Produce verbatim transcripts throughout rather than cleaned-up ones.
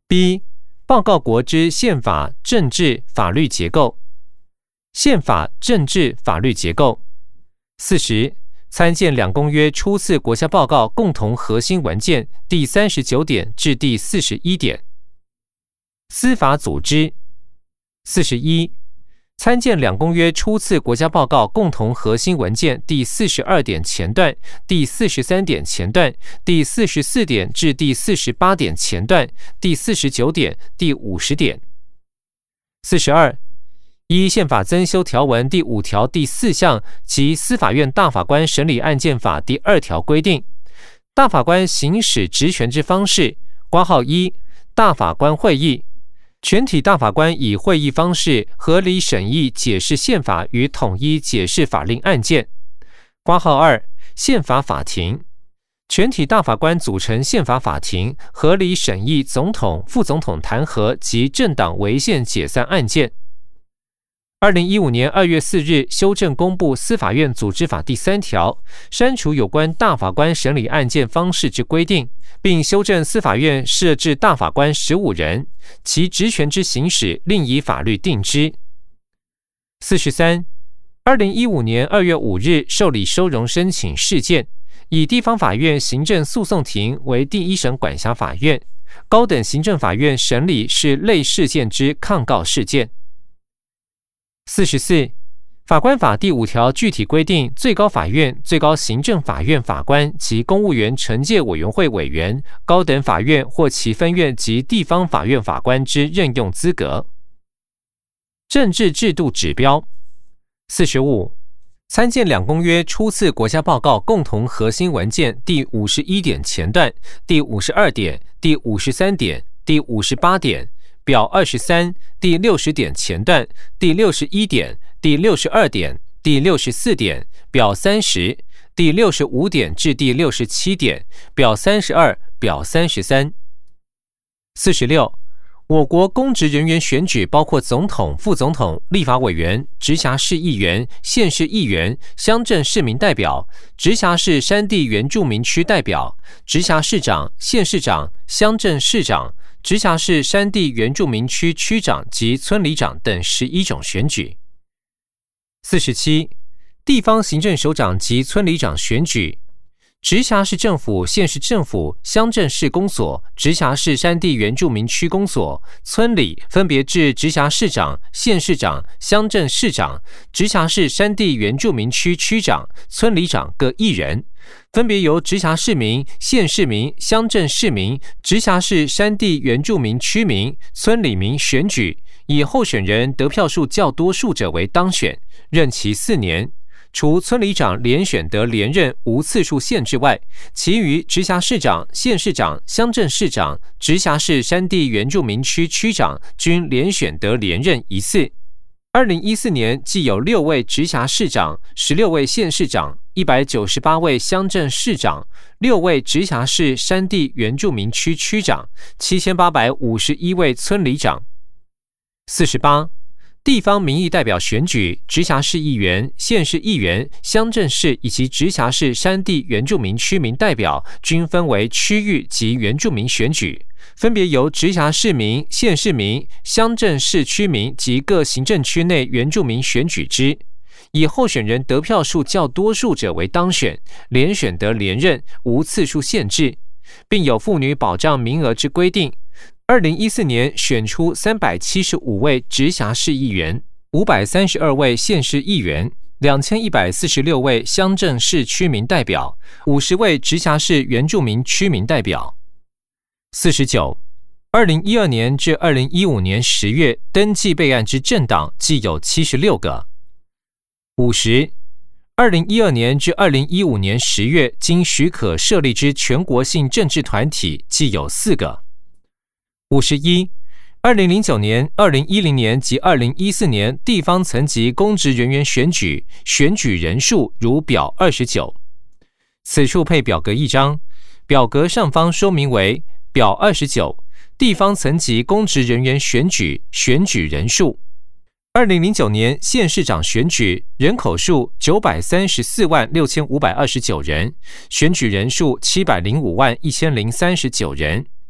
B. 报告国之宪法、政治、法律结构。宪法、政治、法律结构。四十、参见两公约初次国家报告共同核心文件第三十九点至第四十一点。司法组织。四十一、参见两公约初次国家报告共同核心文件第四十二点前段、第四十三点前段、第四十四点至第四十八点前段、第四十九点、第五十点。四十二、依宪法增修条文第五条第四项及司法院大法官审理案件法第二条规定，大法官行使职权之方式，括号一、大法官会议，全体大法官以会议方式合理审议解释宪法与统一解释法令案件，括号二、宪法法庭，全体大法官组成宪法法庭，合理审议总统、副总统弹劾及政党违宪解散案件。二零一五年二月四日修正公布司法院组织法第三条，删除有关大法官审理案件方式之规定，并修正司法院设置大法官十五人，其职权之行使另以法律定之。四十三、二零一五年二月五日受理收容申请事件，以地方法院行政诉讼庭为第一审管辖法院，高等行政法院审理是类事件之抗告事件。四十四、法官法第五条具体规定最高法院、最高行政法院法官及公务员惩戒委员会委员、高等法院或其分院及地方法院法官之任用资格。政治制度指标。四十五、参见两公约初次国家报告共同核心文件第五十一点前段、第五十二点、第五十三点、第五十八点、表二十三、第六十点前段、第六十一点、第六十二点、第六十四点、表三十、第六十五点至第六十七点、表三十二、表三十三。四十六、我国公职人员选举包括总统、副总统、立法委员、直辖市议员、县市议员、乡镇市民代表、直辖市山地原住民区代表、直辖市长、县市长、乡镇市长、直辖市山地原住民区区长及村里长等十一种选举。四十七、地方行政首长及村里长选举，直辖市政府、县市政府、乡镇市公所、直辖市山地原住民区公所、村里分别至直辖市长、县市长、乡镇市长、直辖市山地原住民区区长、村里长各一人，分别由直辖市民、县市民、乡镇市民、直辖市山地原住民区民、村里民选举，以候选人得票数较多数者为当选，任期四年。除村里长连选得连任无次数限制外，其余直辖市长、县市长、乡镇市长、直辖市山地原住民区区长均连选得连任一次。二零一四年既有六位直辖市长、十六位县市长、一百九十八位乡镇市长、六位直辖市山地原住民区区长、七千八百五十一位村里长。四十八、地方民意代表选举，直辖市议员、县市议员、乡镇市以及直辖市山地原住民区民代表均分为区域及原住民选举，分别由直辖市民、县市民、乡镇市区民及各行政区内原住民选举之，以候选人得票数较多数者为当选，连选得连任，无次数限制，并有妇女保障名额之规定。二零一四年选出三百七十五位直辖市议员、五百三十二位县市议员、两千一百四十六位乡镇市区民代表、五十位直辖市原住民区民代表。四十九、二零一二年至二零一五年十月登记备案之政党计有七十六个。五十、二零一二年至二零一五年十月经许可设立之全国性政治团体计有四个。五十一、二零零九年、二零一零年及二零一四年地方层级公职人员选举，选举人数如表二十九。此处配表格一张，表格上方说明为表二十九，地方层级公职人员选举，选举人数。二零零九年县市长选举，人口数九百三十四万六千五百二十九人，选举人数七百零五万一千零三十九人。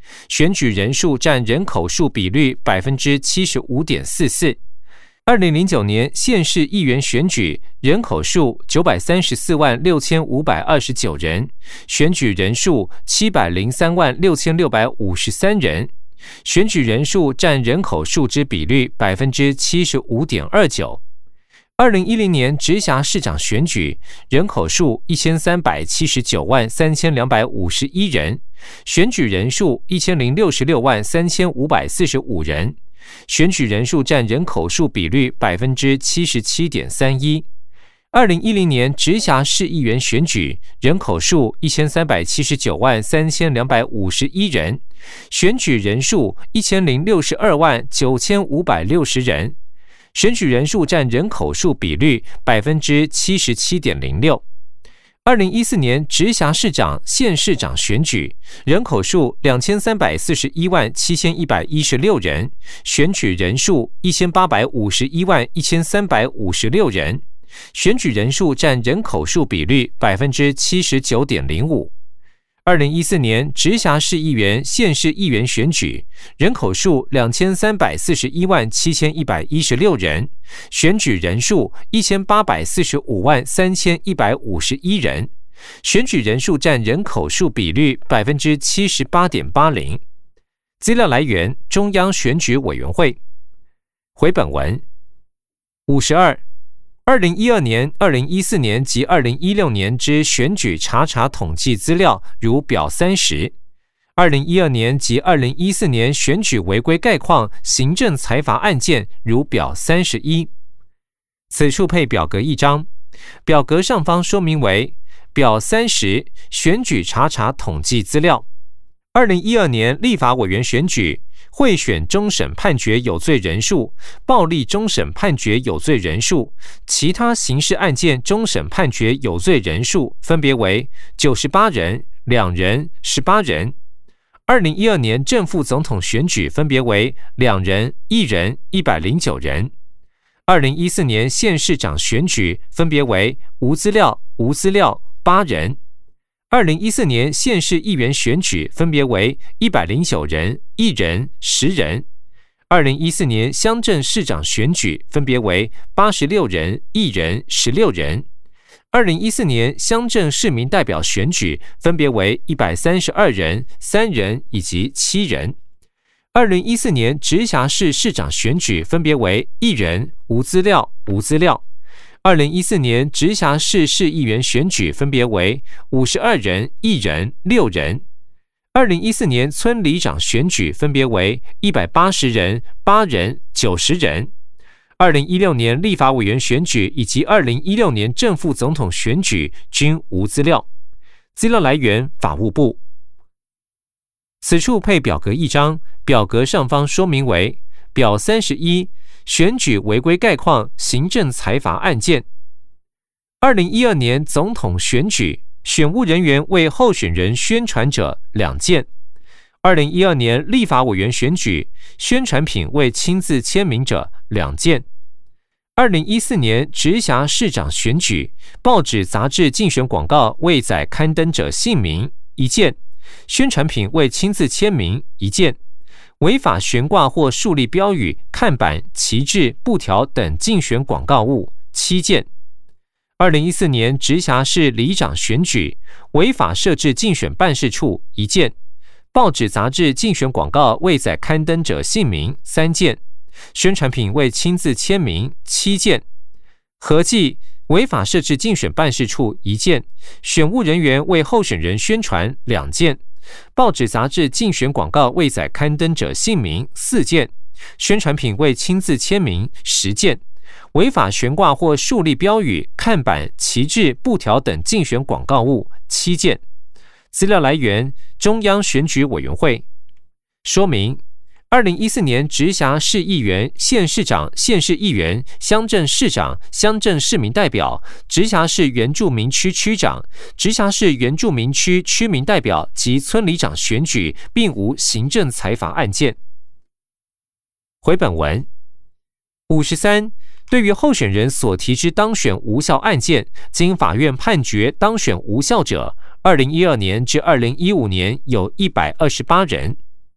选举人数占人口数比率 百分之七十五点四四。二零零九年县市议员选举人口数九百三十四万六千五百二十九人，选举人数七百零三万六千六百五十三人，选举人数占人口数之比率 百分之七十五点二九。二零一零年直辖市长选举人口数一千三百七十九万三千两百五十一人，选举人数一千零六十六万三千五百四十五人，选举人数占人口数比率 百分之七十七点三一。二零一零年直辖市议员选举人口数一千三百七十九万三千两百五十一人，选举人数一千零六十二万九千五百六十人，选举人数占人口数比率 百分之七十七点零六。二零一四年直辖市长、县市长选举人口数两千三百四十一万七千一百一十六人，选举人数一千八百五十一万一千三百五十六人，选举人数占人口数比率 百分之七十九点零五。二零一四年直辖市议员、县市议员选举人口数两千三百四十一万七千一百一十六人，选举人数一千八百四十五万三千一百五十一人，选举人数占人口数比率 百分之七十八点八零。资料来源：中央选举委员会。回本文五十二。二零一二年、二零一四年及二零一六年之选举查查统计资料如表三十。二零一二年及二零一四年选举违规概况行政裁罚案件如表三十一。此处配表格一张，表格上方说明为表三十选举查查统计资料。二零一二年立法委员选举贿选终审判决有罪人数、暴力终审判决有罪人数、其他刑事案件终审判决有罪人数分别为九十八人、两人、十八人。二零一二年正副总统选举分别为两人、一人、一百零九人。二零一四年县市长选举分别为无资料、无资料八人。二零一四年县市议员选举分别为一百零九人、一人、十人。二零一四年乡镇市长选举分别为八十六人、一人、十六人。二零一四年乡镇市民代表选举分别为一百三十二人、三人以及七人。二零一四年直辖市市长选举分别为一人、无资料、无资料。二零一四年直辖市市议员选举分别为五十二人、一人、六人。二零一四年村里长选举分别为一百八十人、八人、九十人。二零一六年立法委员选举以及二零一六年正副总统选举均无资料。资料来源：法务部。此处配表格一张，表格上方说明为表三十一。选举违规概况行政裁罚案件。二零一二年总统选举选务人员为候选人宣传者两件。二零一二年立法委员选举宣传品未亲自签名者两件。二零一四年直辖市长选举报纸杂志竞选广告未载刊登者姓名一件，宣传品未亲自签名一件。违法悬挂或树立标语、看板、旗帜、布条等竞选广告物七件。二零一四年直辖市里长选举违法设置竞选办事处一件，报纸杂志竞选广告未载刊登者姓名三件，宣传品未亲自签名七件。合计违法设置竞选办事处一件，选务人员为候选人宣传两件。报纸杂志竞选广告未载刊登者姓名四件，宣传品未亲自签名十件，违法悬挂或树立标语、看板、旗帜、布条等竞选广告物七件。资料来源：中央选举委员会。说明：二零一四年直辖市议员、县市长、县市议员、乡镇市长、乡镇市民代表、直辖市原住民区区长、直辖市原住民区区民代表及村里长选举，并无行政裁罚案件。回本文五十三。对于候选人所提之当选无效案件，经法院判决当选无效者，二零一二年至二零一五年有一百二十八人。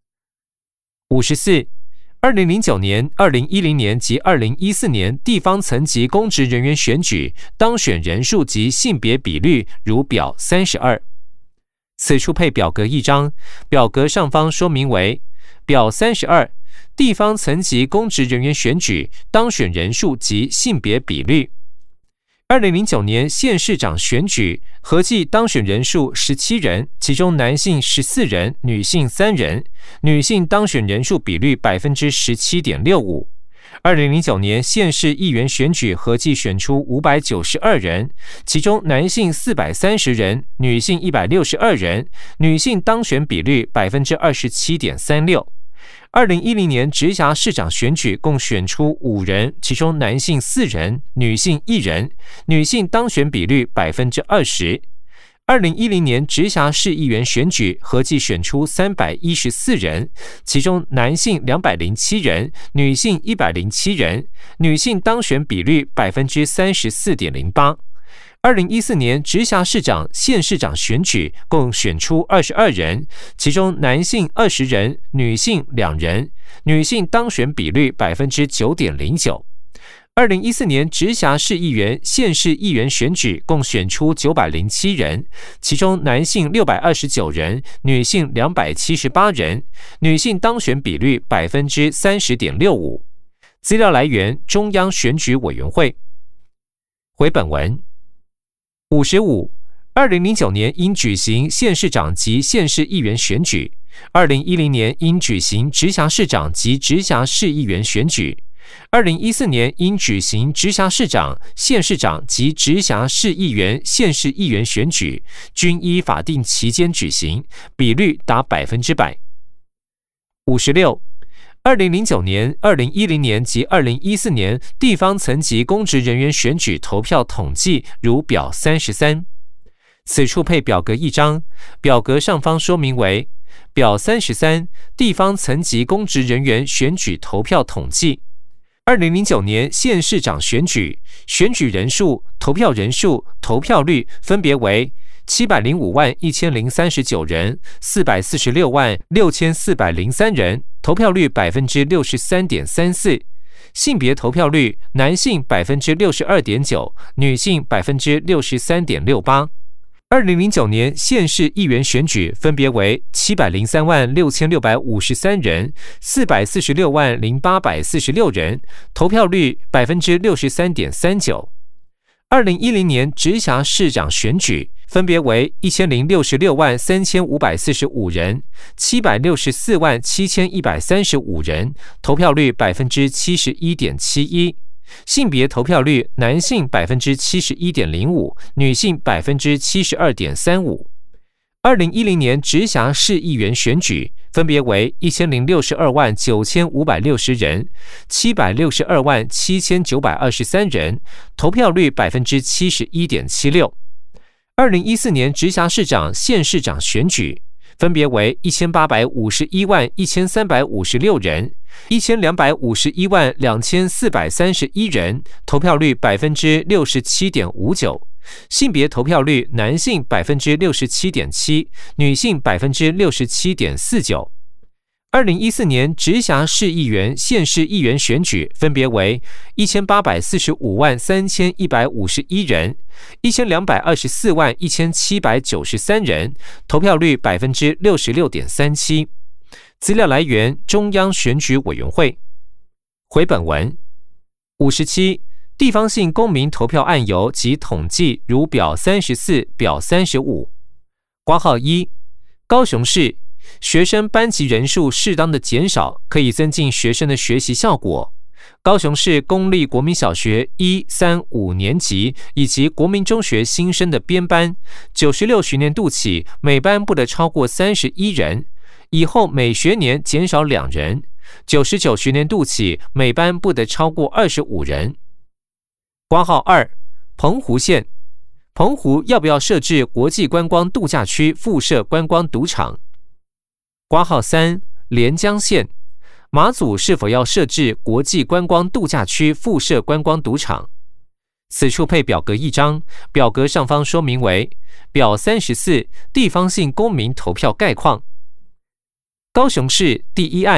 五十四、二零零九年、二零一零年及二零一四年地方层级公职人员选举当选人数及性别比率如表三十二。此处配表格一张，表格上方说明为表三十二，地方层级公职人员选举当选人数及性别比率。二零零九年县市长选举合计当选人数十七人，其中男性十四人，女性三人，女性当选人数比率 百分之十七点六五。二零零九年县市议员选举合计选出五百九十二人，其中男性四百三十人，女性一百六十二人，女性当选比率 百分之二十七点三六。二零一零年直辖市长选举共选出五人，其中男性四人，女性一人，女性当选比率 百分之二十。二零一零年直辖市议员选举合计选出三百一十四人，其中男性两百零七人，女性一百零七人，女性当选比率 百分之三十四点零八。二零一四年直辖市长、县市长选举共选出二十二人，其中男性二十人，女性两人，女性当选比率 百分之九点零九。二零一四年直辖市议员、县市议员选举共选出九百零七人，其中男性六百二十九人，女性两百七十八人，女性当选比率 百分之三十点六五。资料来源：中央选举委员会。回本文。五十五、二零零九年应举行县市长及县市议员选举，二零一零年应举行直辖市长及直辖市议员选举，二零一四年应举行直辖市长、县市长及直辖市议员、县市议员选举，均依法定期间举行，比率达百分之百。五十六。二零零九年、二零一零年及二零一四年地方层级公职人员选举投票统计如表三十三。此处配表格一张，表格上方说明为表三十三地方层级公职人员选举投票统计。二零零九年县市长选举，选举人数、投票人数、投票率分别为七百零五万一千零三十九人、四百四十六万六千四百零三人，投票率 百分之六十三点三四。性别投票率，男性 百分之六十二点九，女性 百分之六十三点六八。二零零九年县市议员选举分别为七百零三万六千六百五十三人、四百四十六万零八百四十六人，投票率 百分之六十三点三九。二零一零年直辖市长选举分别为一千零六十六万三千五百四十五人、七百六十四万七千一百三十五人，投票率 百分之七十一点七一。性别投票率，男性 百分之七十一点零五，女性 百分之七十二点三五。二零一零年直辖市议员选举分别为一千零六十二万九千五百六十人、七百六十二万七千九百二十三人，投票率 百分之七十一点七六。二零一四年直辖市长、县市长选举分别为一千八百五十一万一千三百五十六人、一千两百五十一万两千四百三十一人，投票率 百分之六十七点五九。性别投票率，男性 百分之六十七点七，女性 百分之六十七点四九。二零一四年直辖市议员、县市议员选举分别为一千八百四十五万三千一百五十一人、一千两百二十四万一千七百九十三人，投票率 百分之六十六点三七。资料来源：中央选举委员会。回本文。五十七。地方性公民投票案由及统计如表三十四、表三十五。括号一，高雄市学生班级人数适当的减少，可以增进学生的学习效果。高雄市公立国民小学一、三、五年级以及国民中学新生的编班，九十六学年度起每班不得超过三十一人，以后每学年减少两人。九十九学年度起每班不得超过二十五人。括号二，澎湖县，澎湖要不要设置国际观光度假区附设观光赌场？括号三，连江县，马祖是否要设置国际观光度假区附设观光赌场？此处配表格一张，表格上方说明为表三十四地方性公民投票概况。高雄市第一案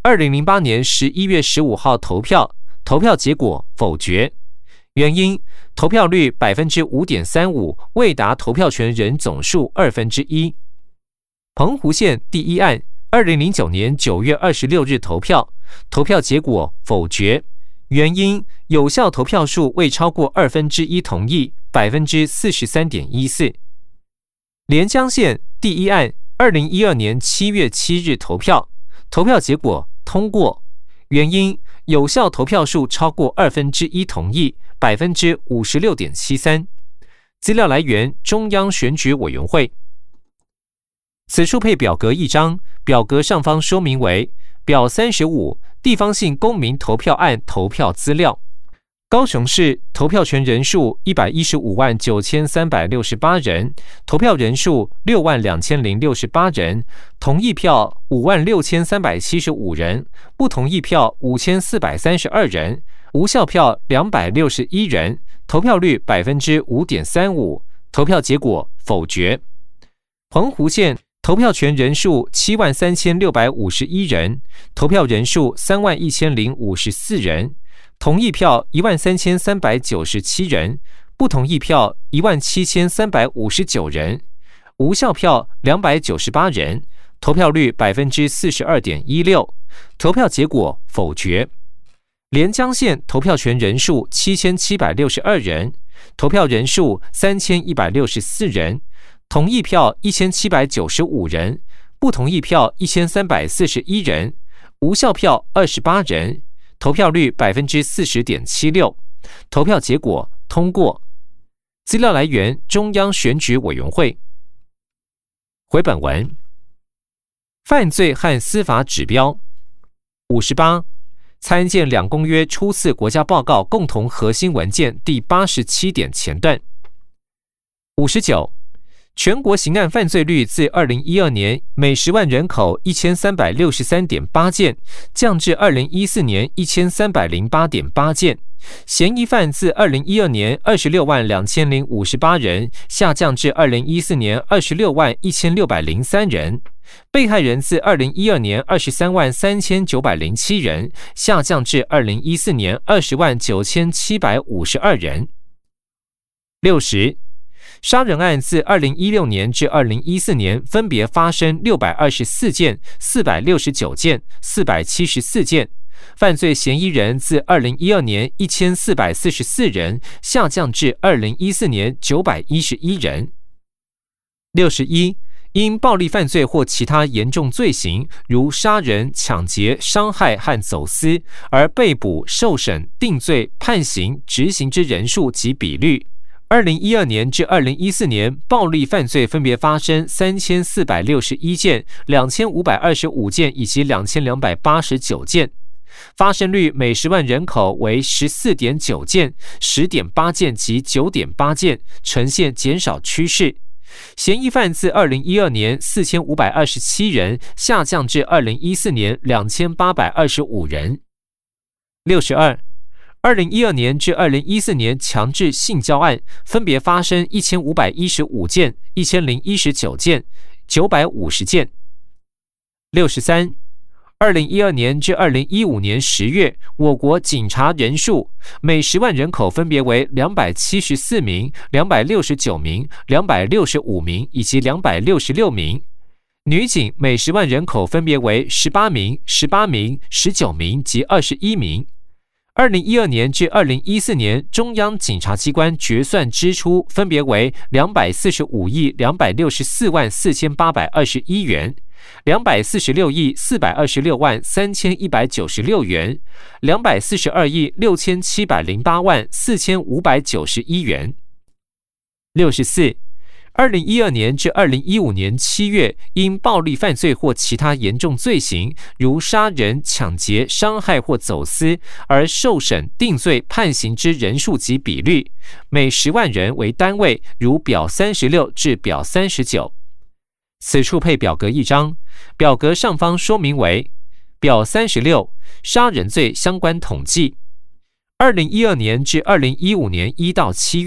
二零零八年十一月十五号投票，投票结果否决。原因：投票率 百分之五点三五， 未达投票权人总数二分之一。澎湖县第一案，二零零九年九月二十六日投票，投票结果否决。原因：有效投票数未超过二分之一同意， 百分之四十三点一四。连江县第一案，二零一二年七月七日投票，投票结果通过。原因：有效投票数超过二分之一同意， 百分之五十六点七三。资料来源：中央选举委员会。此处配表格一张，表格上方说明为表三十五，地方性公民投票案投票资料。高雄市投票权人数一百一十五万九千三百六十八人，投票人数六万两千零六十八人，同意票五万六千三百七十五人，不同意票五千四百三十二人，无效票两百六十一人，投票率 百分之五点三五， 投票结果否决。澎湖县投票权人数七万三千六百五十一人，投票人数三万一千零五十四人，同意票一万三千三百九十七人，不同意票一万七千三百五十九人，无效票两百九十八人，投票率 百分之四十二点一六， 投票结果否决。连江县投票权人数七千七百六十二人，投票人数三千一百六十四人，同意票一千七百九十五人，不同意票一千三百四十一人，无效票二十八人，投票率 百分之四十点七六， 投票结果通过。资料来源：中央选举委员会。回本文。犯罪和司法指标。五十八，参见两公约初次国家报告共同核心文件第八十七点前段。五十九，全国刑案犯罪率自二零一二年每十万人口一千三百六十三点八件，降至二零一四年一千三百零八点八件。嫌疑犯自二零一二年二十六万两千零五十八人，下降至二零一四年二十六万一千六百零三人。被害人自二零一二年二十三万三千九百零七人，下降至二零一四年二十万九千七百五十二人。六十，杀人案自二零一六年至二零一四年分别发生六百二十四件、四百六十九件、四百七十四件。犯罪嫌疑人自二零一二年一千四百四十四人，下降至二零一四年九百一十一人。六十一，因暴力犯罪或其他严重罪行，如杀人、抢劫、伤害和走私，而被捕、受审、定罪、判刑、执行之人数及比率。二零一二年至二零一四年，暴力犯罪分别发生三千四百六十一件、两千五百二十五件以及两千两百八十九件。发生率每十万人口为 十四点九件、十点八件及 九点八件，呈现减少趋势。嫌疑犯自二零一二年四千五百二十七人，下降至二零一四年两千八百二十五人。六十二，二零一二年至二零一四年强制性交案分别发生一千五百一十五件、一千零一十九件、九百五十件。六十三，二零一二年至二零一五年十月，我国警察人数每十万人口分别为两百七十四名、两百六十九名、两百六十五名以及两百六十六名。女警每十万人口分别为十八名、十八名、十九名及二十一名。二零一二年至二零一四年，中央警察机关决算支出分别为两百四十五亿两百六十四万四千八百二十一元。两百四十六亿四百二十六万三千一百九十六元，两百四十二亿六千七百零八万四千五百九十一元。六十四，二零一二年至二零一五年七月，因暴力犯罪或其他严重罪行，如杀人、抢劫、伤害或走私，而受审、定罪、判刑之人数及比率，每十万人为单位，如表三十六至表三十九。此处配表格一张，表格上方说明为表三十六，杀人罪相关统计。二零一二年至二零一五年一到七月，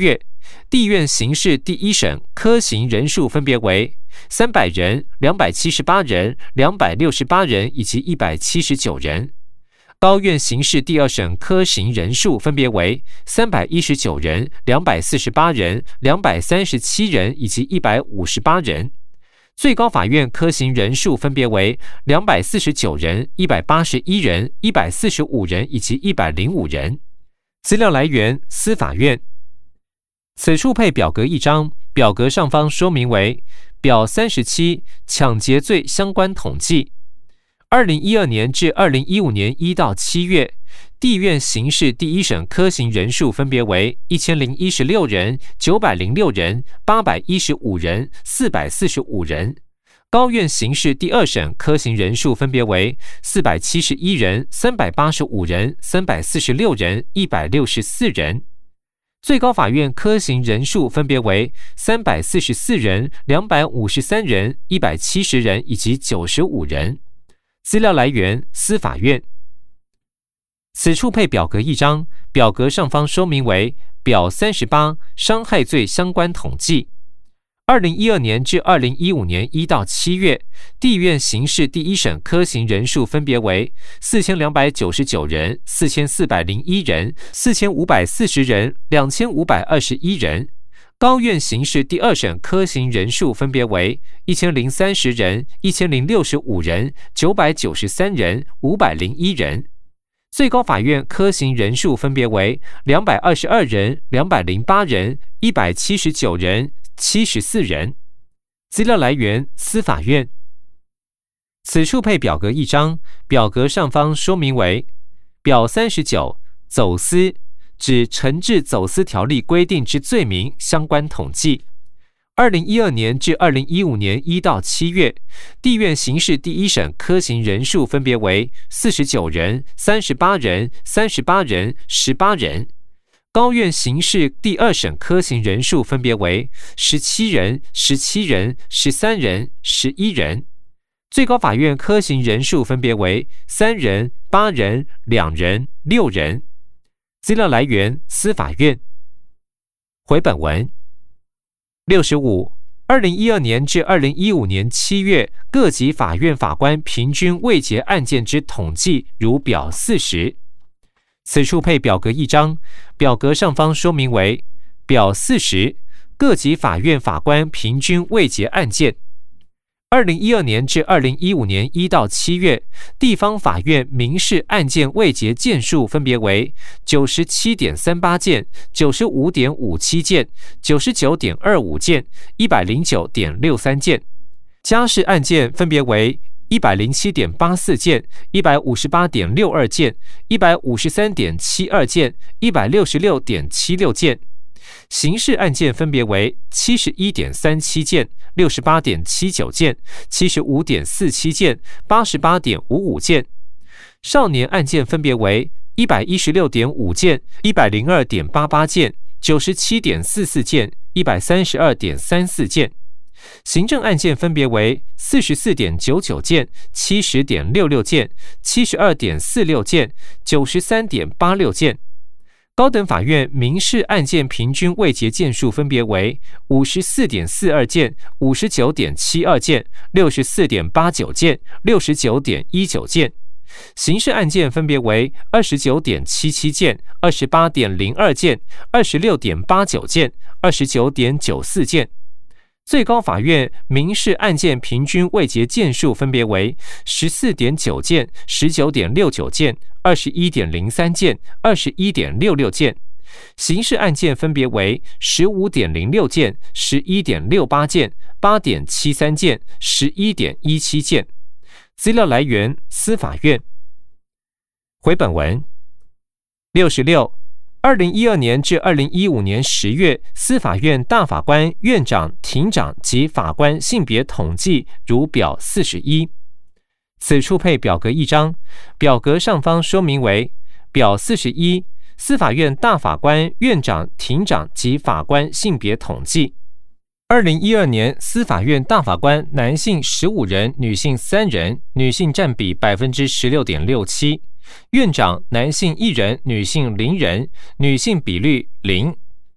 地院刑事第一审科刑人数分别为三百人、两百七十八人、两百六十八人以及一百七十九人。高院刑事第二审科刑人数分别为三百一十九人、两百四十八人、两百三十七人以及一百五十八人。最高法院科刑人数分别为两百四十九人、一百八十一人、一百四十五人以及一百零五人。资料来源：司法院。此处配表格一张，表格上方说明为表三十七抢劫罪相关统计。二零一二年至二零一五年一到七月，地院刑事第一审科刑人数分别为一千零一十六人、九百零六人、八百一十五人、四百四十五人。高院刑事第二审科刑人数分别为四百七十一人、三百八十五人、三百四十六人、一百六十四人。最高法院科刑人数分别为三百四十四人、两百五十三人、一百七十人以及九十五人。资料来源：司法院。此处配表格一张，表格上方说明为表三十八伤害罪相关统计。二零一二年至二零一五年一到七月，地院刑事第一审科刑人数分别为四千两百九十九人、四千四百零一人、四千五百四十人、两千五百二十一人。高院刑事第二审科刑人数分别为一千零三十人、一千零六十五人、九百九十三人、五百零一人。最高法院科刑人数分别为两百二十二人、两百零八人、一百七十九人、七十四人。资料来源：司法院。此处配表格一张，表格上方说明为表三十九走私，指惩治走私条例规定之罪名相关统计。二零一二年至二零一五年一到七月，地院刑事第一审科刑人数分别为四十九人、三十八人、三十八人、十八人。高院刑事第二审科刑人数分别为十七人、十七人、十三人、十一人。最高法院科刑人数分别为三人、八人、两人、六人。资料来源：司法院。回本文六十五，二零一二年至二零一五年七月各级法院法官平均未结案件之统计如表四十。此处配表格一张，表格上方说明为表四十各级法院法官平均未结案件。二零一二年至二零一五年一到七月，地方法院民事案件未结件数分别为九十七点三八件、九十五点五七件、九十九点二五件、一百零九点六三件。家事案件分别为一百零七点八四件、一百五十八点六二件、一百五十三点七二件、一百六十六点七六件。刑事案件分别为七十一点三七件、六十八点七九件、七十五点四七件、八十八点五五件。少年案件分别为一百一十六点五件、一百零二点八八件、九十七点四四件、一百三十二点三四件。行政案件分别为四十四点九九件、七十点六六件、七十二点四六件、九十三点八六件。高等法院民事案件平均未结件数分别为五十四点四二件、五十九点七二件、六十四点八九件、六十九点一九件。刑事案件分别为二十九点七七件、二十八点零二件、二十六点八九件、二十九点九四件。最高法院民事案件平均未结件数分别为十四点九件、十九点六九件、二十一点零三件、二十一点六六件。刑事案件分别为十五点零六件、十一点六八件、八点七三件、十一点一七件。资料来源：司法院。回本文六十六。二零一二年至二零一五年十月，司法院大法官、院长、庭长及法官性别统计如表四十一。此处配表格一张，表格上方说明为表四十一，司法院大法官、院长、庭长及法官性别统计。二零一二年司法院大法官男性十五人，女性三人，女性占比 百分之十六点六七。院长男性一人，女性零人，女性比率零。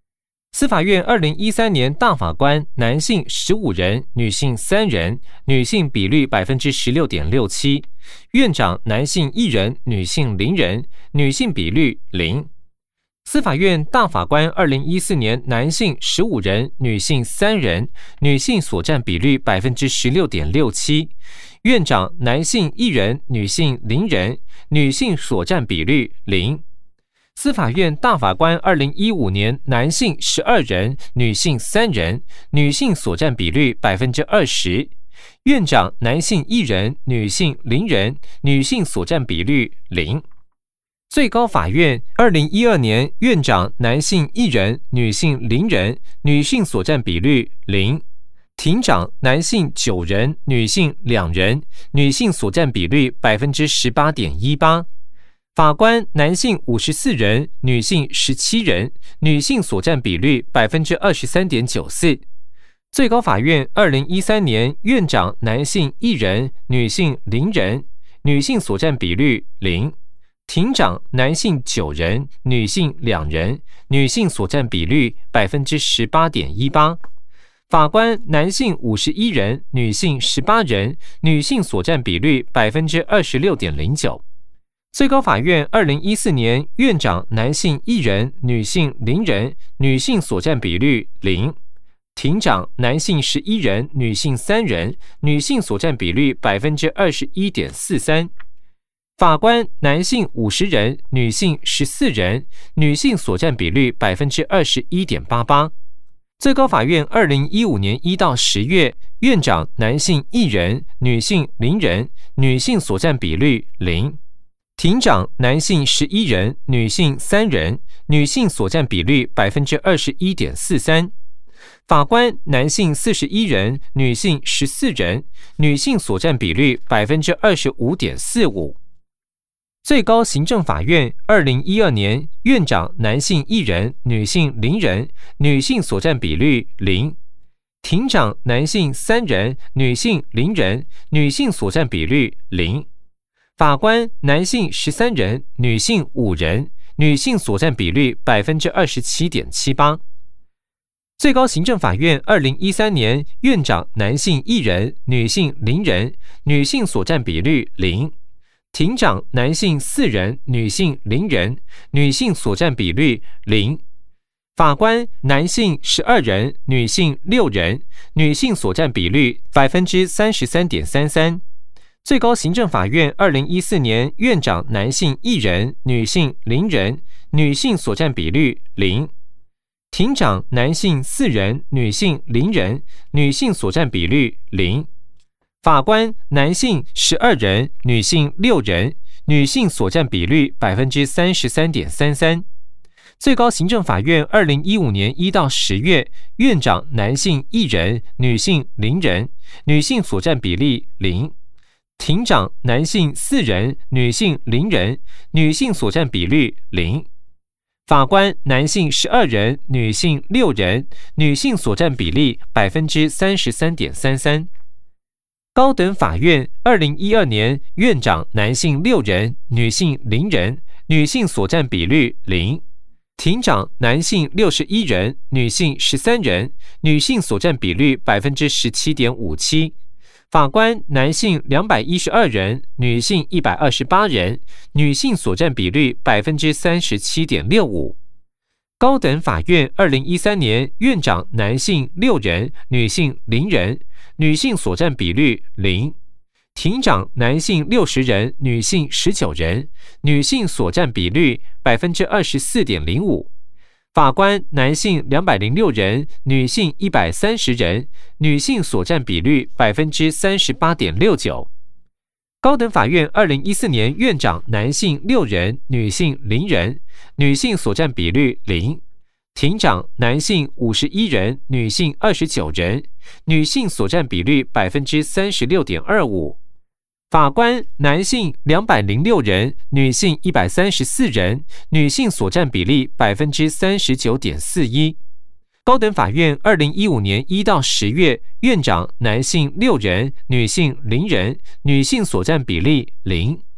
司法院二零一三年大法官男性十五人，女性三人，女性比率 百分之十六点六七； 院长男性一人，女性零人，女性比率零。司法院大法官二零一四年男性十五人，女性三人，女性所占比率 百分之十六点六七； 院长男性一人，女性零人，女性所占比率零。司法院大法官二零一五年男性十二人，女性三人，女性所占比率 百分之二十； 院长男性一人，女性零人，女性所占比率零。最高法院二零一二年院长男性一人，女性零人，女性所占比率零；庭长男性九人，女性两人，女性所占比率 百分之十八点一八；法官男性五十四人，女性十七人，女性所占比率 百分之二十三点九四。最高法院二零一三年院长男性一人，女性零人，女性所占比率零；庭长男性九人，女性两人，女性所占比率 百分之十八点一八；法官男性五十一人，女性十八人，女性所占比率 百分之二十六点零九。最高法院二零一四年院长男性一人，女性零人，女性所占比率零；庭长男性十一人，女性三人，女性所占比率 百分之二十一点四三；法官男性五十人，女性十四人，女性所占比率 百分之二十一点八八。最高法院二零一五年一到十月院长男性一人，女性零人，女性所占比率零；庭长男性十一人，女性三人，女性所占比率 百分之二十一点四三；法官男性四十一人，女性十四人，女性所占比率 百分之二十五点四五。最高行政法院二零一二年院长男性一人，女性零人，女性所占比率零；庭长男性三人，女性零人，女性所占比率零；法官男性十三人，女性五人，女性所占比率 百分之二十七点七八。最高行政法院二零一三年院长男性一人，女性零人，女性所占比率零；庭长男性四人，女性零人，女性所占比率零；法官男性十二人，女性六人，女性所占比率 百分之三十三点三三。最高行政法院二零一四年院长男性一人，女性零人，女性所占比率零；庭长男性四人，女性零人，女性所占比率零；法官男性十二人，女性六人，女性所占比率 百分之三十三点三三。最高行政法院二零一五年一到十月院长男性一人，女性零人，女性所占比例零；庭长男性四人，女性零人，女性所占比率零；法官男性十二人，女性六人，女性所占比例 百分之三十三点三三。高等法院二零一二年院长男性六人，女性零人，女性所占比率零；庭长男性六十一人，女性十三人，女性所占比率 百分之十七点五七；法官男性两百一十二人，女性一百二十八人，女性所占比率 百分之三十七点六五。高等法院二零一三年院长男性六人，女性零人，女性所占比率零；庭长男性六十人，女性十九人，女性所占比率 百分之二十四点零五；法官男性两百零六人，女性一百三十人，女性所占比率 百分之三十八点六九。高等法院二零一四年院长男性六人，女性零人，女性所占比率零；庭长男性五十一人，女性二十九人，女性所占比率 百分之三十六点二五；法官男性两百零六人，女性一百三十四人，女性所占比例 百分之三十九点四一。高等法院二零一五年一到十月院长男性六人，女性零人，女性所占比例零；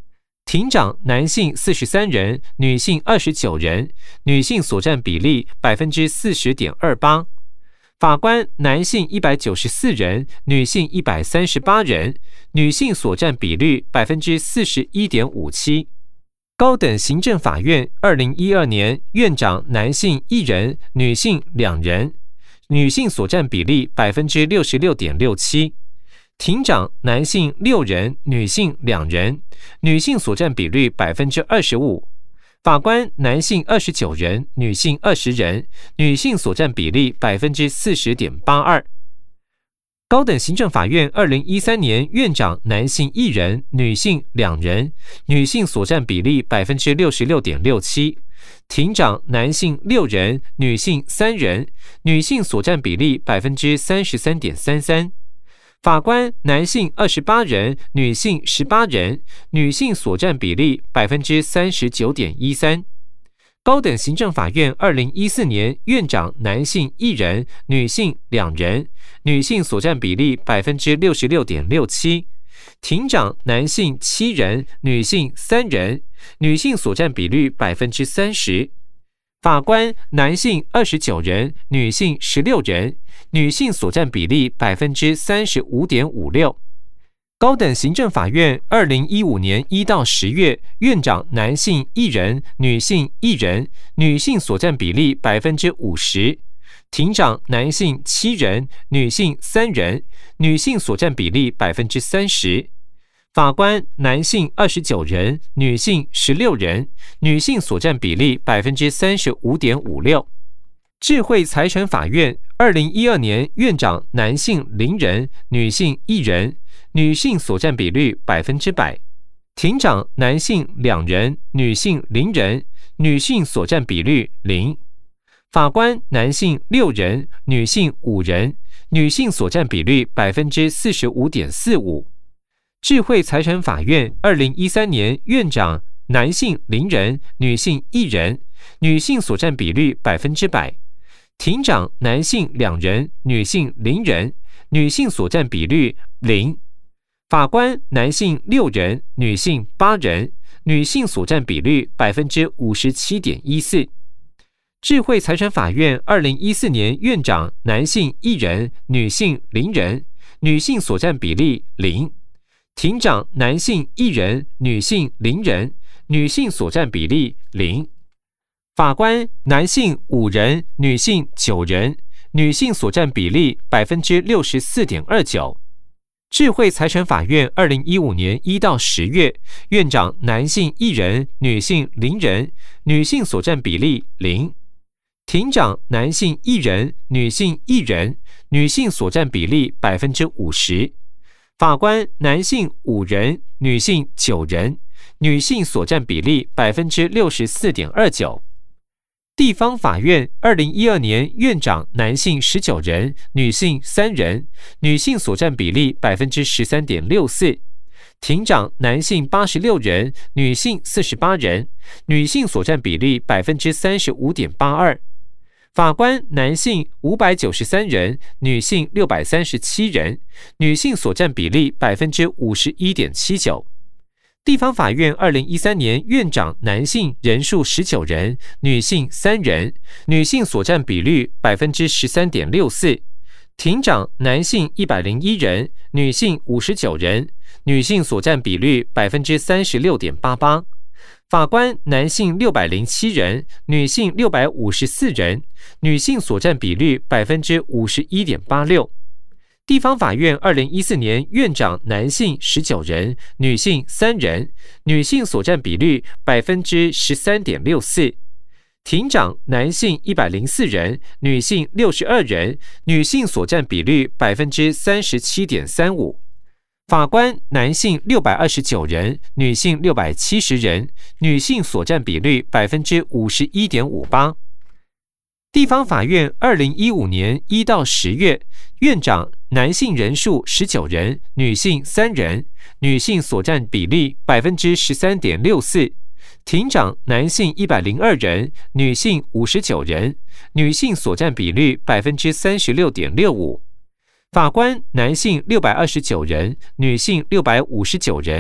庭长男性四十三人，女性二十九人，女性所占比例 百分之四十点二八。法官男性一百九十四人，女性一百三十八人，女性所占比率 百分之四十一点五七。高等行政法院二零一二年院长男性一人，女性两人，女性所占比例 百分之六十六点六七。庭长男性六人，女性两人，女性所占比率 百分之二十五。法官男性二十九人，女性二十人，女性所占比例 百分之四十点八二。高等行政法院二零一三年院长男性一人，女性两人，女性所占比例 百分之六十六点六七。庭长男性六人，女性三人，女性所占比例 百分之三十三点三三。法官男性二十八人，女性十八人，女性所占比例 百分之三十九点一三。高等行政法院二零一四年院长男性一人，女性两人，女性所占比例 百分之六十六点六七。庭长男性七人，女性三人，女性所占比率 百分之三十。法官男性二十九人，女性十六人，女性所占比例 百分之三十五点五六。高等行政法院二零一五年一到十月院长男性一人，女性一人，女性所占比例 百分之五十。庭长男性七人，女性三人，女性所占比例 百分之三十。法官男性二十九人，女性十六人，女性所占比例 百分之三十五点五六。智慧财产法院二零一二年院长男性零人，女性一人，女性所占比率百分之百。庭长男性两人，女性零人，女性所占比率零。法官男性六人，女性五人，女性所占比率百分之四十五点四五。智慧财产法院二零一三年院长男性零人，女性一人，女性所占比率百分之百。庭长男性两人，女性零人，女性所占比率零。法官男性六人，女性八人，女性所占比率百分之五十七点一四。智慧财产法院二零一四年院长男性一人，女性零人，女性所占比例零。庭长男性一人，女性零人，女性所占比例零。法官男性五人，女性九人，女性所占比例百分之六十四点二九。智慧财产法院二零一五年一到十月院长男性一人，女性零人，女性所占比例零。庭长男性一人，女性一人，女性所占比例百分之五十。法官男性五人，女性九人，女性所占比例百分之六十四点二九。地方法院二零一二年院长男性十九人，女性三人，女性所占比例百分之十三点六四。庭长男性八十六人，女性四十八人，女性所占比例百分之三十五点八二。法官男性五百九十三人，女性六百三十七人，女性所占比例百分之五十一点七九。地方法院二零一三年院长男性人数十九人，女性三人，女性所占比率百分之十三点六四。庭长男性一百零一人，女性五十九人，女性所占比率百分之三十六点八八。法官男性六百零七人，女性六百五十四人，女性所占比率百分之五十一点八六。地方法院二零一四年院长男性十九人，女性三人，女性所占比率百分之十三点六四。庭长男性一百零四人，女性六十二人，女性所占比率百分之三十七点三五。法官男性六百二十九人，女性六百七十人，女性所占比率百分之五十一点五八。地方法院二零一五年一到十月院长男性人数十九人，女性三人，女性所占比例百分之十三点六四。庭长男性一百零二人，女性五十九人，女性所占比率百分之三十六点六五。法官男性六百二十九人，女性六百五十九人，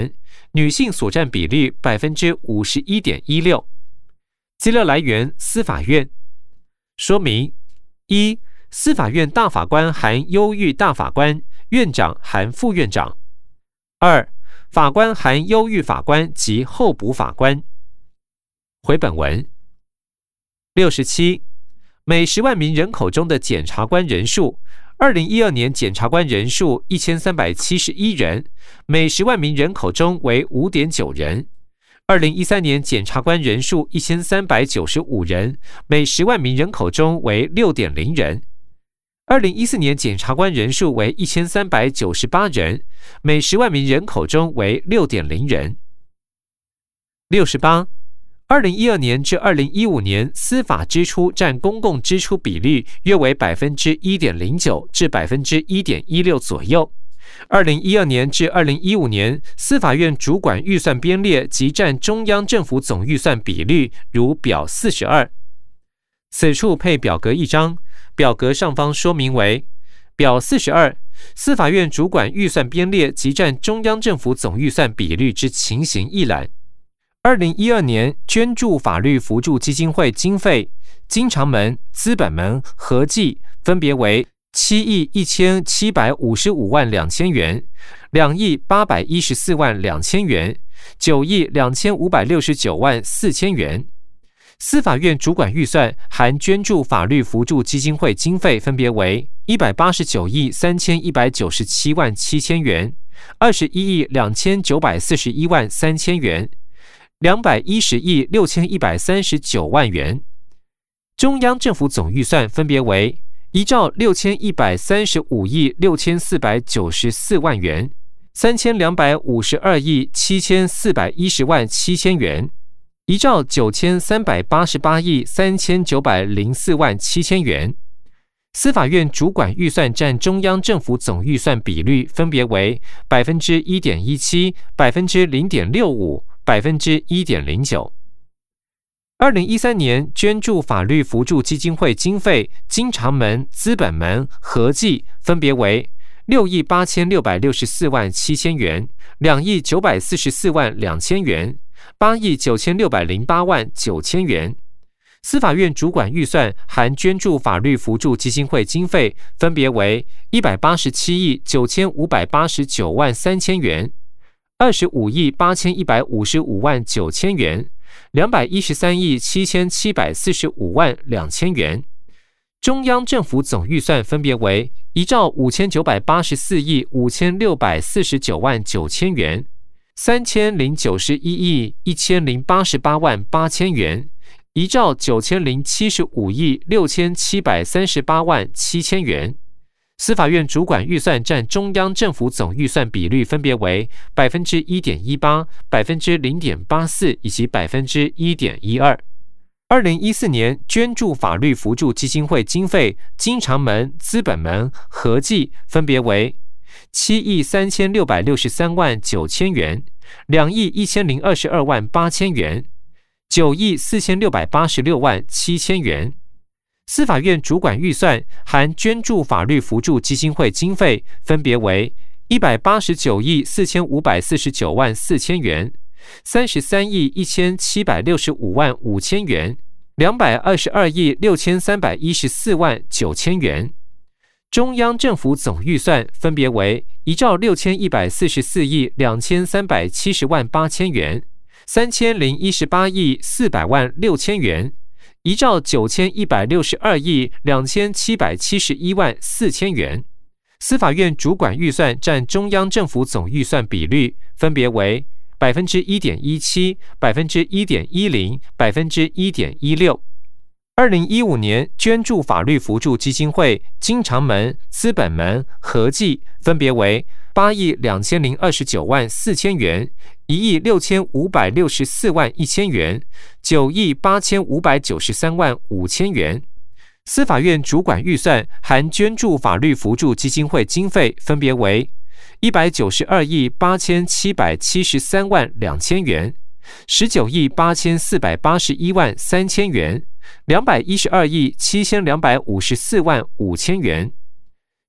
女性所占比率 百分之五十一点一六。 资料来源司法院。说明：一、司法院大法官含优育大法官，院长含副院长。二、法官含优育法官及候补法官。回本文。六十七，每十万名人口中的检察官人数，二零一二年检察官人数一千三百七十一人，每十万名人口中为 五点九人。二零一三年检察官人数一千三百九十五人，每十万名人口中为 六点零人。二零一四年检察官人数为一千三百九十八人，每十万名人口中为 六点零人。六十八，二零一二年至二零一五年司法支出占公共支出比率约为 百分之一点零九 至 百分之一点一六 左右。二零一二年至二零一五年司法院主管预算编列及占中央政府总预算比率如表四十二。此处配表格一张，表格上方说明为表四十二，司法院主管预算编列及占中央政府总预算比率之情形一览。二零一二年捐助法律扶助基金会经费，经常门、资本门合计分别为七亿一千七百五十五万两千元、两亿八百一十四万两千元、九亿两千五百六十九万四千元。司法院主管预算含捐助法律扶助基金会经费分别为一百八十九亿三千一百九十七万七千元、二十一亿两千九百四十一万三千元、两百一十亿六千一百三十九万元。中央政府总预算分别为一兆六千一百三十五亿六千四百九十四万元、三千两百五十二亿七千四百一十万七千元、一兆九千三百八十八亿三千九百零四万七千元。司法院主管预算占中央政府总预算比率分别为 百分之一点一七、百分之零点六五、百分之一点零九。二零一三年捐助法律扶助基金会经费，经常门、资本门合计分别为六亿八千六百六十四万七千元、两亿九百四十四万两千元、八亿九千六百零八万九千元。司法院主管预算含捐助法律扶助基金会经费分别为一百八十七亿九千五百八十九万三千元、二十五亿八千一百五十五万九千元、两百一十三亿七千七百四十五万两千元。中央政府总预算分别为一兆五千九百八十四亿五千六百四十九万九千元、三千零九十一亿一千零八十八万八千元、一兆九千零七十五亿六千七百三十八万七千元。司法院主管预算占中央政府总预算比率分别为 百分之一点一八、百分之零点八四 以及 百分之一点一二。二零一四年捐助法律扶助基金会经费，经常门、资本门合计分别为七亿三千六百六十三万九千元、两亿一千零二十二万八千元、九亿四千六百八十六万七千元。司法院主管预算含捐助法律扶助基金会经费分别为一百八十九亿四千五百四十九万四千元、三十三亿一千七百六十五万五千元、两百二十二亿六千三百一十四万九千元。中央政府总预算分别为一兆六千一百四十四亿两千三百七十万八千元、三千零一十八亿四百万六千元、一兆九千一百六十二亿两千七百七十一万四千元。司法院主管预算占中央政府总预算比率分别为 百分之一点一七、百分之一点一零、百分之一点一六。二零一五年捐助法律扶助基金会、经常门、资本门合计分别为八亿两千零二十九万四千元、一亿六千五百六十四万一千元、九亿八千五百九十三万五千元。司法院主管预算含捐助法律扶助基金会经费分别为一百九十二亿八千七百七十三万两千元、十九亿八千四百八十一万三千元、两百一十二亿七千两百五十四万五千元。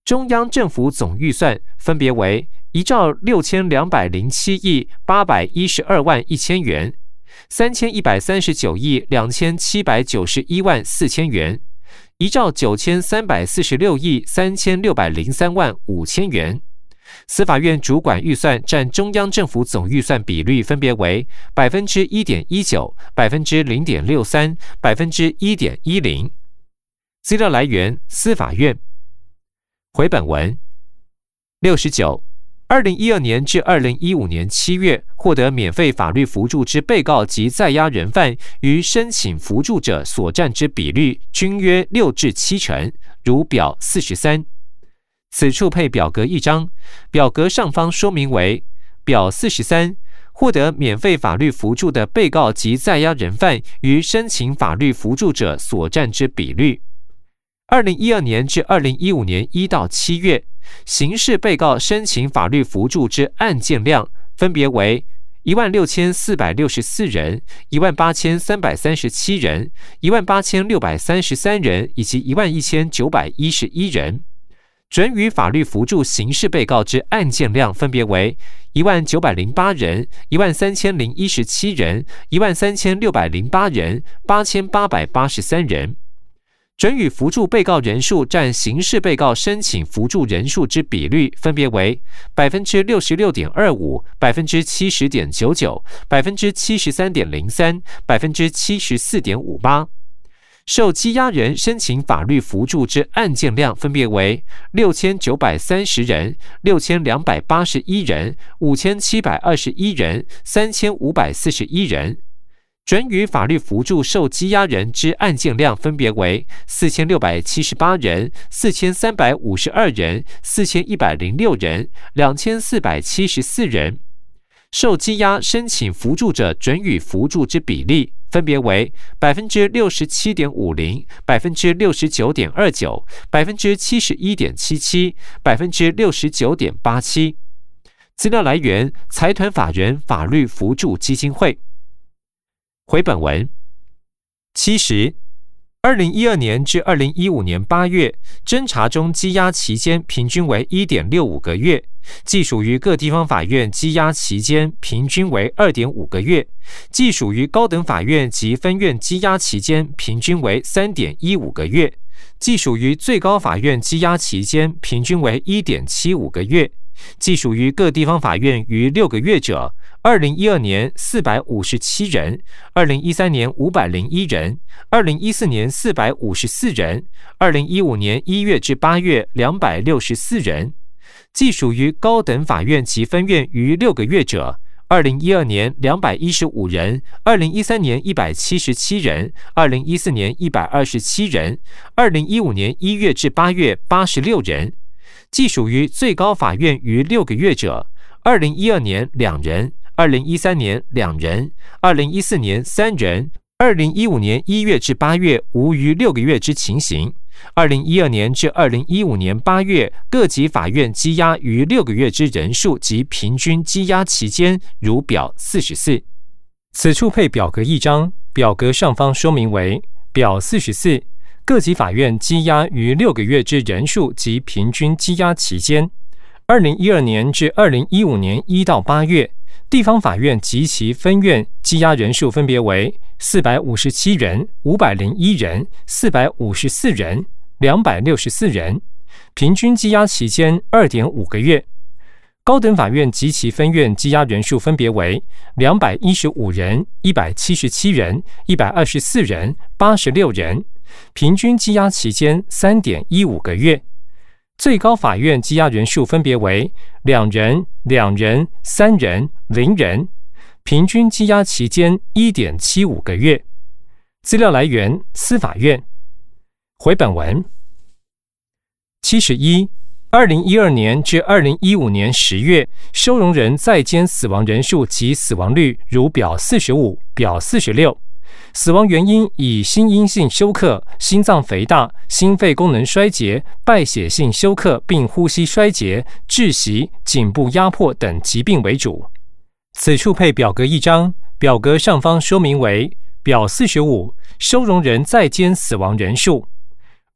中央政府总预算分别为一兆六千两百零七亿八百一十二万一千元、三千一百三十九亿两千七百九十一万四千元、一兆九千三百四十六亿三千六百零三万五千元。司法院主管预算占中央政府总预算比率分别为百分之一点一九、百分之零点六三、百分之一点一零。资料来源：司法院。回本文六十九。二零一二年至二零一五年七月获得免费法律扶助之被告及在押人犯于申请扶助者所占之比率均约六至七成，如表四十三。此处配表格一张，表格上方说明为表四十三，获得免费法律扶助的被告及在押人犯于申请法律扶助者所占之比率。二零一二年至二零一五年一到七月，刑事被告申请法律扶助之案件量分别为一万六千四百六十四人、一万八千三百三十七人、一万八千六百三十三人以及一万一千九百一十一人。准予法律扶助刑事被告之案件量分别为一万九百零八人、一万三千零一十七人、一万三千六百零八人、八千八百八十三人。准予扶助被告人数占刑事被告申请扶助人数之比率分别为百分之六十六点二五、百分之七十点九九、百分之七十三点零三、百分之七十四点五八。受羁押人申请法律扶助之案件量分别为六千九百三十人、六千两百八十一人、五千七百二十一人、三千五百四十一人。准予法律扶助受羁押人之案件量分别为四千六百七十八人、四千三百五十二人、四千一百零六人、两千四百七十四人。受羁押申请扶助者准予扶助之比例分别为百分之六十七点五零、百分之六十九点二九、百分之七十一点七七、百分之六十九点八七。资料来源：财团法人法律扶助基金会。回本文七十。二零一二年至二零一五年八月，侦查中羁押期间平均为 一点六五个月，既属于各地方法院羁押期间平均为 二点五个月，既属于高等法院及分院羁押期间平均为 三点一五个月，既属于最高法院羁押期间平均为 一点七五个月，既属于各地方法院逾六个月者，二零一二年四百五十七人，二零一三年五百零一人，二零一四年四百五十四人，二零一五年一月至八月两百六十四人。既属于高等法院及分院逾六个月者，二零一二年两百一十五人，二零一三年一百七十七人，二零一四年一百二十七人，二零一五年一月至八月八十六人。既属于最高法院逾六个月者，二零一二年两人，二零一三年两人，二零一四年三人，二零一五年一月至八月无逾六个月之情形。二零一二年至二零一五年八月各级法院羁押逾六个月之人数及平均羁押期间，如表四十四。此处配表格一张，表格上方说明为表四十四。各级法院羁押逾六个月之人数及平均羁押期间。二零一二年至二零一五年一到八月，地方法院及其分院羁押人数分别为四百五十七人、五百零一人、四百五十四人、两百六十四人，平均羁押期间 二点五个月。高等法院及其分院羁押人数分别为两百一十五人、一百七十七人、一百二十四人、八十六人，平均羁押期间 三点一五个月。最高法院羁押人数分别为两人、两人、三人、零人，平均羁押期间 一点七五个月。资料来源：司法院。回本文七十一。二零一二年至二零一五年十月，收容人在监死亡人数及死亡率如表四十五、表四十六。死亡原因以心因性休克、心脏肥大、心肺功能衰竭、败血性休克并呼吸衰竭、窒息、颈部压迫等疾病为主。此处配表格一张，表格上方说明为表四十五，收容人在监死亡人数。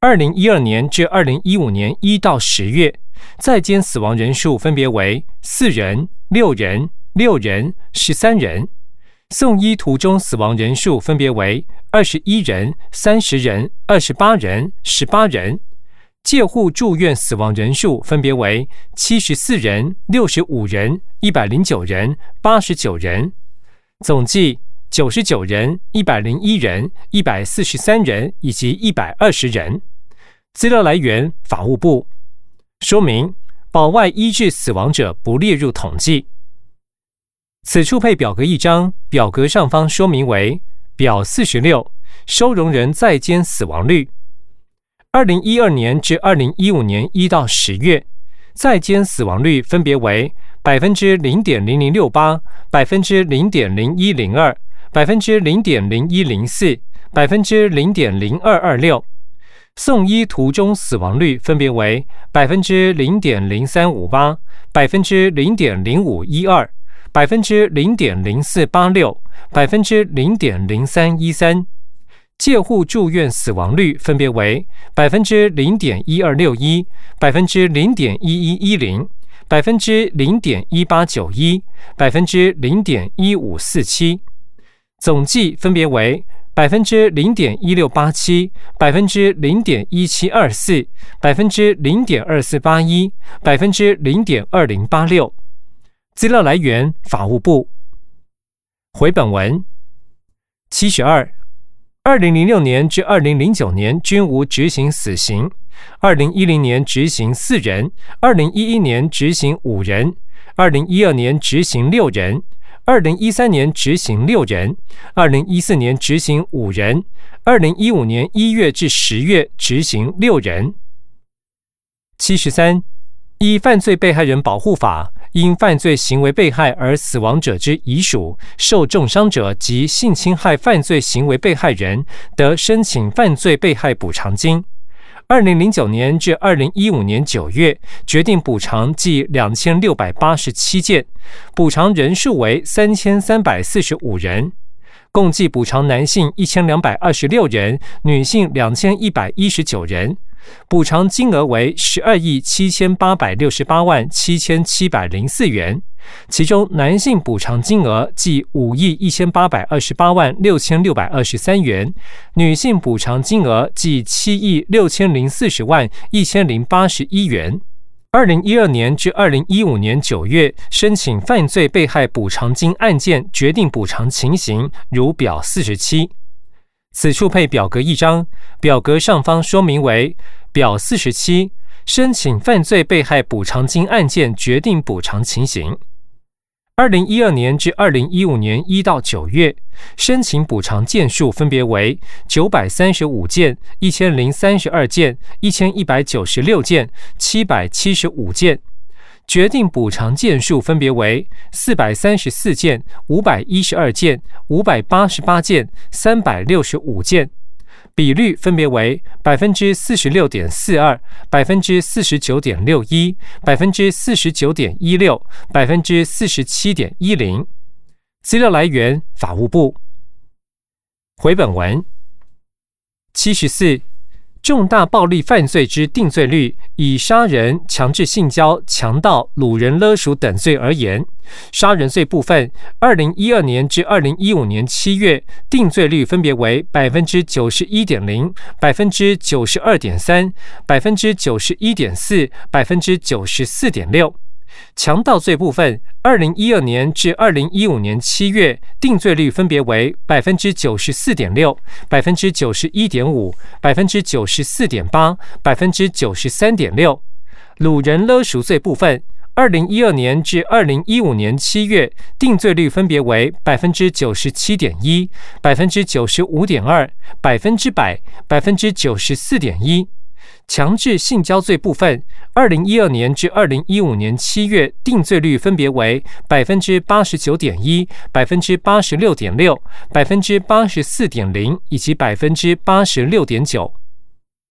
二零一二年至二零一五年一到十月，在监死亡人数分别为四人、六人、六人、十三人；送医途中死亡人数分别为二十一人、三十人、二十八人、十八人；介护住院死亡人数分别为七十四人、六十五人、一百零九人、八十九人；总计九十九人、一百零一人、一百四十三人以及一百二十人。资料来源：法务部。说明：保外医治死亡者不列入统计。此处配表格一张，表格上方说明为表四十六，收容人在监死亡率。二零一二年至二零一五年一到十月，在监死亡率分别为百分之零点零零六八、百分之零点零一零二、百分之零点零一零四、百分之零点零二二六。送医途中死亡率分别为百分之零点零三五八、百分之零点零五一二、百分之零点零四八六、百分之零点零三一三。介护住院死亡率分别为百分之零点一二六一、百分之零点一一一零、百分之零点一八九一、百分之零点一五四七。总计分别为百分之零点一六八七、百分之零点一七二四、百分之零点二四八一、百分之零点二零八六。资料来源：法务部。回本文七十二，二零零六年至二零零九年均无执行死刑，二零一零年执行四人，二零一一年执行五人，二零一二年执行六人。二零一三年执行六人，二零一四年执行五人，二零一五年一月至十月执行六人。七十三，依犯罪被害人保护法，因犯罪行为被害而死亡者之遗属、受重伤者及性侵害犯罪行为被害人，得申请犯罪被害补偿金。二零零九年至二零一五年九月，决定补偿计两千六百八十七件，补偿人数为三千三百四十五人，共计补偿男性一千两百二十六人，女性两千一百一十九人，补偿金额为十二亿七千八百六十八万七千七百零四元。其中男性补偿金额计五亿一千八百二十八万六千六百二十三元，女性补偿金额计七亿六千零四十万一千零八十一元。二零一二年至二零一五年九月申请犯罪被害补偿金案件决定补偿情形，如表四十七。此处配表格一张，表格上方说明为表四十七，申请犯罪被害补偿金案件决定补偿情形。二零一二年至二零一五年一到九月，申请补偿件数分别为九百三十五件、一千零三十二件、一千一百九十六件、七百七十五件。决定补偿件数分别为四百三十四件、五百一十二件、五百八十八件、三百六十五件。比率分别为百分之四十六点四二、百分之四十九点六一、百分之四十九点一六、百分之四十七点一零。资料来源：法务部。回本文七十四，重大暴力犯罪之定罪率，以杀人、强制性交、强盗、掳人勒赎等罪而言，杀人罪部分，二零一二年至二零一五年七月定罪率分别为百分之九十一点零、百分之九十二点三、百分之九十一点四、百分之九十四点六。强盗罪部分，二零一二年至二零一五年七月定罪率分别为百分之九十四点六、百分之九十一点五、百分之九十四点八、百分之九十三点六。掳人勒赎罪部分，二零一二年至二零一五年七月定罪率分别为百分之九十七点一、百分之九十五点二、百分之百、百分之九十四点一。强制性交罪部分，二零一二年至二零一五年七月定罪率分别为百分之八十九点一、百分之八十六点六、百分之八十四点零以及百分之八十六点九。